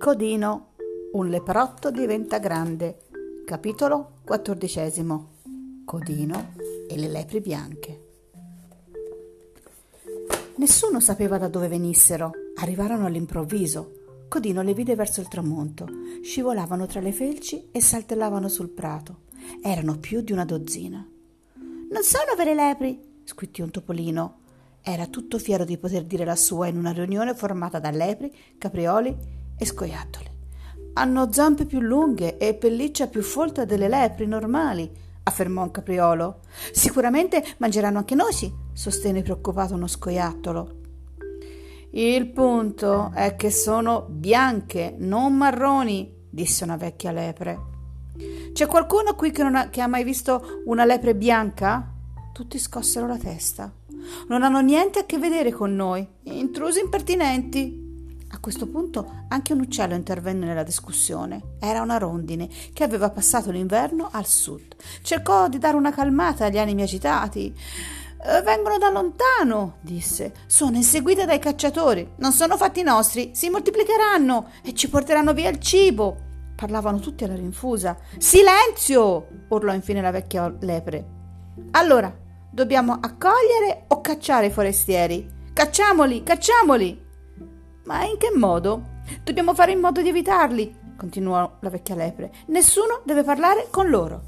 Codino, un leprotto diventa grande. Capitolo 14. Codino e le lepri bianche. Nessuno sapeva da dove venissero. Arrivarono all'improvviso. Codino le vide verso il tramonto. Scivolavano tra le felci e saltellavano sul prato. Erano più di una dozzina. «Non sono vere lepri», squittì un topolino. Era tutto fiero di poter dire la sua in una riunione formata da lepri, caprioli e scoiattoli. «Hanno zampe più lunghe e pelliccia più folta delle lepri normali», affermò un capriolo. «Sicuramente mangeranno anche noci», sostenne preoccupato uno scoiattolo. «Il punto è che sono bianche, non marroni», disse una vecchia lepre. «C'è qualcuno qui che ha mai visto una lepre bianca?» Tutti scossero la testa. «Non hanno niente a che vedere con noi, intrusi impertinenti». A questo punto anche un uccello intervenne nella discussione. Era una rondine che aveva passato l'inverno al sud. Cercò di dare una calmata agli animi agitati. «Vengono da lontano», disse. «Sono inseguite dai cacciatori. Non sono fatti nostri. Si moltiplicheranno e ci porteranno via il cibo». Parlavano tutti alla rinfusa. «Silenzio!» urlò infine la vecchia lepre. «Allora, dobbiamo accogliere o cacciare i forestieri? Cacciamoli, cacciamoli!» «Ma in che modo?» «Dobbiamo fare in modo di evitarli», continuò la vecchia lepre. «Nessuno deve parlare con loro».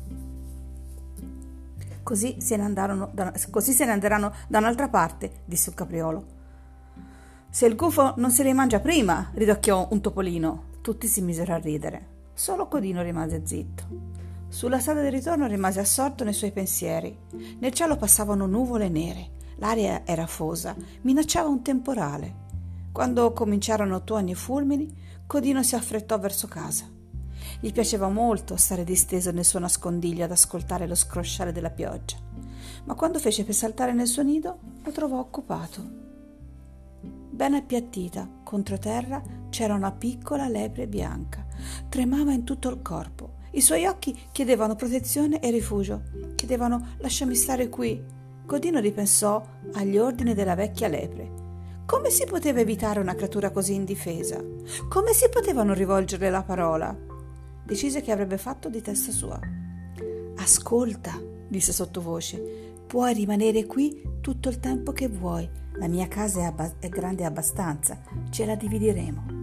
Così se ne anderanno da un'altra parte», disse un capriolo. «Se il gufo non si rimangia prima», ridocchiò un topolino. Tutti si misero a ridere. Solo Codino rimase zitto. Sulla strada del ritorno rimase assorto nei suoi pensieri. Nel cielo passavano nuvole nere, l'aria era afosa, minacciava un temporale. Quando cominciarono tuoni e fulmini, Codino si affrettò verso casa. Gli piaceva molto stare disteso nel suo nascondiglio ad ascoltare lo scrosciare della pioggia, ma quando fece per saltare nel suo nido lo trovò occupato. Ben appiattita contro terra c'era una piccola lepre bianca. Tremava in tutto il corpo. I suoi occhi chiedevano protezione e rifugio. Chiedevano «lasciami stare qui». Codino ripensò agli ordini della vecchia lepre. Come si poteva evitare una creatura così indifesa? Come si potevano rivolgerle la parola? Decise che avrebbe fatto di testa sua. «Ascolta», disse sottovoce, «puoi rimanere qui tutto il tempo che vuoi. La mia casa è grande abbastanza, ce la divideremo».